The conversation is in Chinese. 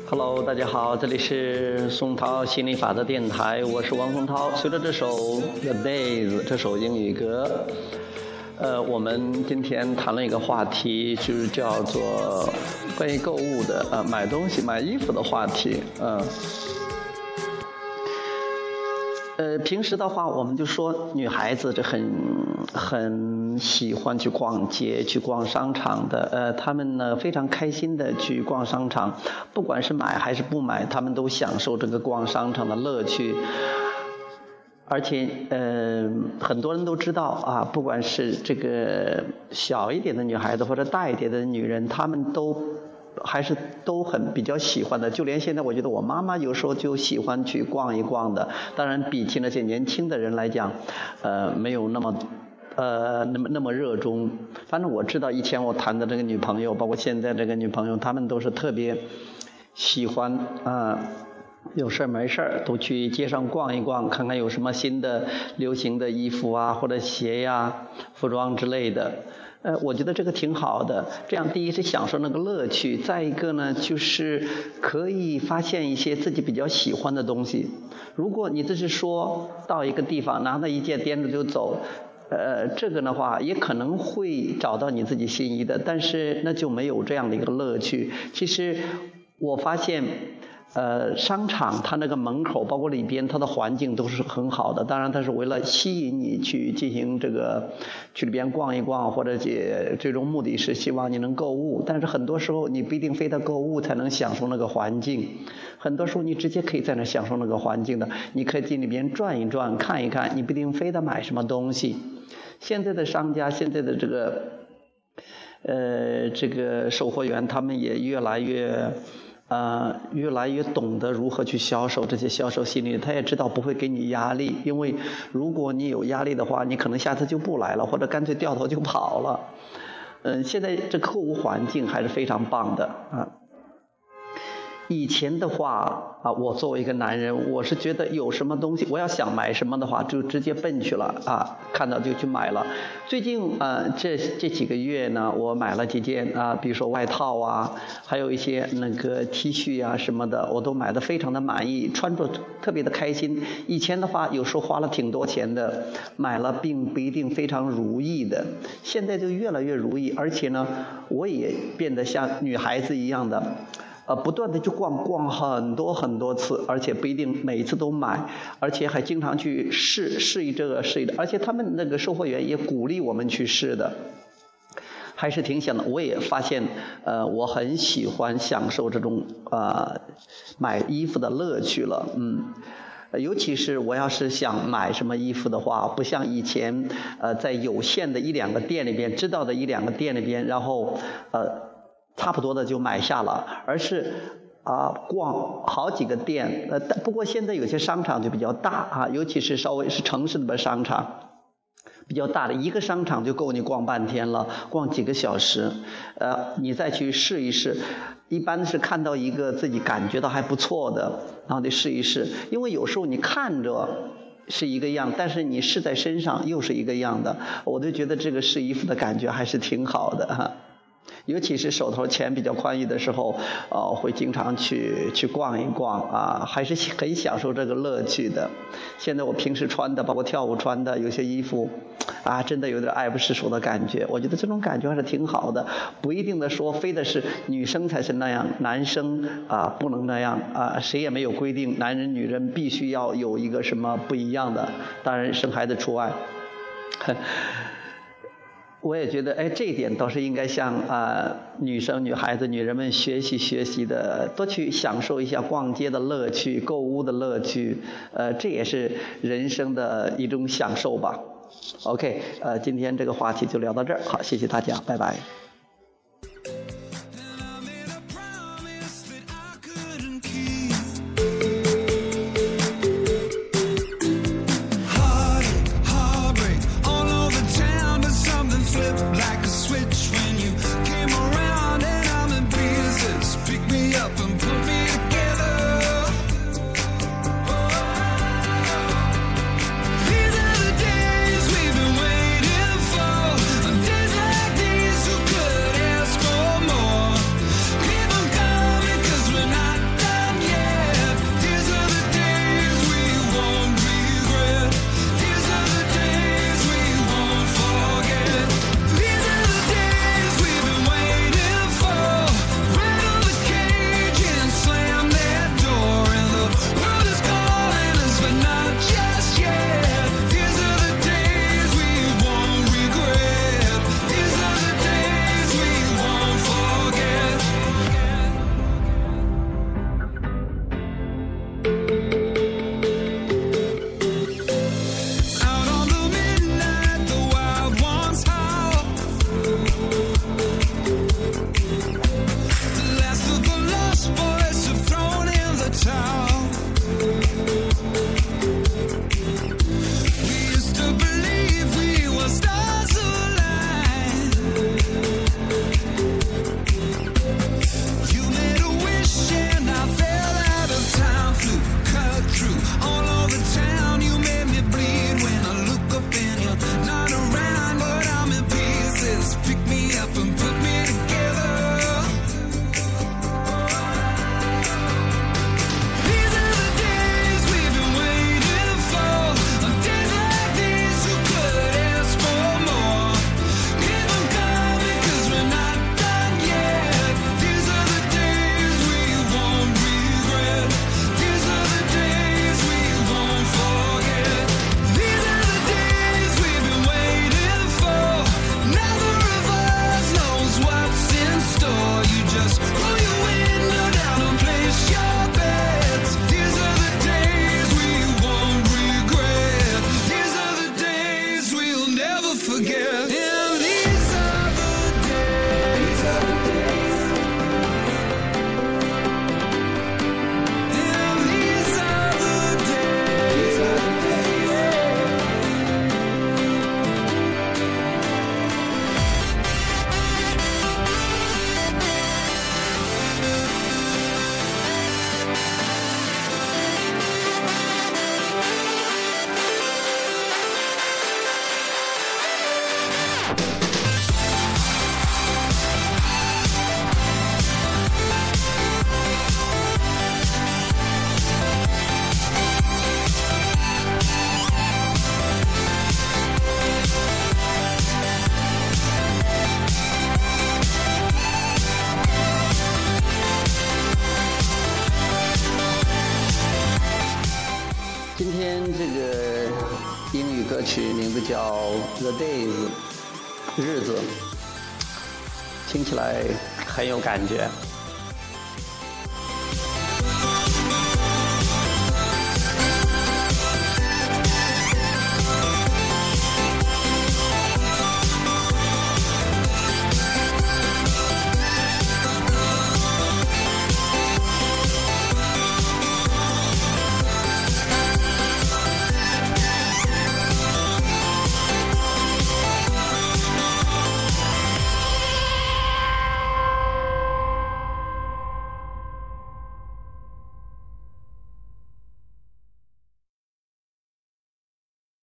Hello， 大家好，这里是松涛心理法则电台，我是王松涛。随着这首 The Days 这首英语歌，我们今天谈了一个话题，就是叫做关于购物的买东西、买衣服的话题。平时的话，我们就说女孩子这很喜欢去逛街、去逛商场的。她们呢非常开心的去逛商场，不管是买还是不买，她们都享受这个逛商场的乐趣。而且很多人都知道啊，不管是这个小一点的女孩子或者大一点的女人，她们还是都很比较喜欢的。就连现在我觉得我妈妈有时候就喜欢去逛一逛的。当然比起那些年轻的人来讲，没有那么热衷。反正我知道以前我谈的这个女朋友，包括现在这个女朋友，她们都是特别喜欢有事没事都去街上逛一逛，看看有什么新的流行的衣服啊，或者鞋呀、服装之类的。我觉得这个挺好的。这样第一是享受那个乐趣，再一个呢就是可以发现一些自己比较喜欢的东西。如果你只是说到一个地方拿到一件掂着就走，这个的话也可能会找到你自己心仪的，但是那就没有这样的一个乐趣。其实我发现商场它那个门口包括里边它的环境都是很好的，当然它是为了吸引你去进行这个去里边逛一逛，或者最终目的是希望你能购物。但是很多时候你不一定非得购物才能享受那个环境，很多时候你直接可以在那享受那个环境的，你可以进里边转一转看一看，你不一定非得买什么东西。现在的商家，现在的这个售货员，他们也越来越懂得如何去销售，这些销售心理，他也知道不会给你压力，因为如果你有压力的话，你可能下次就不来了，或者干脆掉头就跑了。现在这购物环境还是非常棒的啊。以前的话我作为一个男人，我是觉得有什么东西我要想买什么的话就直接奔去了看到就去买了。最近这几个月呢，我买了几件比如说外套还有一些那个 T 恤什么的，我都买得非常的满意，穿着特别的开心。以前的话有时候花了挺多钱的，买了并不一定非常如意的，现在就越来越如意。而且呢，我也变得像女孩子一样的不断的去逛很多次，而且不一定每一次都买，而且还经常去试一这个试一的，而且他们那个售货员也鼓励我们去试的，还是挺想的。我也发现我很喜欢享受这种买衣服的乐趣了。尤其是我要是想买什么衣服的话，不像以前在有限的一两个店里边知道的一两个店里边，然后差不多的就买下了，而是逛好几个店。不过现在有些商场就比较大尤其是稍微是城市的商场比较大的，一个商场就够你逛半天了，逛几个小时。你再去试一试，一般是看到一个自己感觉到还不错的，然后得试一试。因为有时候你看着是一个样，但是你试在身上又是一个样的。我就觉得这个试衣服的感觉还是挺好的尤其是手头钱比较宽裕的时候会经常去逛一逛还是很享受这个乐趣的。现在我平时穿的包括跳舞穿的有些衣服真的有点爱不释手的感觉，我觉得这种感觉还是挺好的。不一定的说非的是女生才是那样，男生不能那样谁也没有规定男人女人必须要有一个什么不一样的，当然生孩子除外我也觉得这一点倒是应该向女生女孩子女人们学习的，多去享受一下逛街的乐趣，购物的乐趣这也是人生的一种享受吧。OK 今天这个话题就聊到这儿，好，谢谢大家，拜拜。 These are the days we've been waiting for, days like these, who could 今天这个英语歌曲名字叫《The Days》，日子，听起来很有感觉。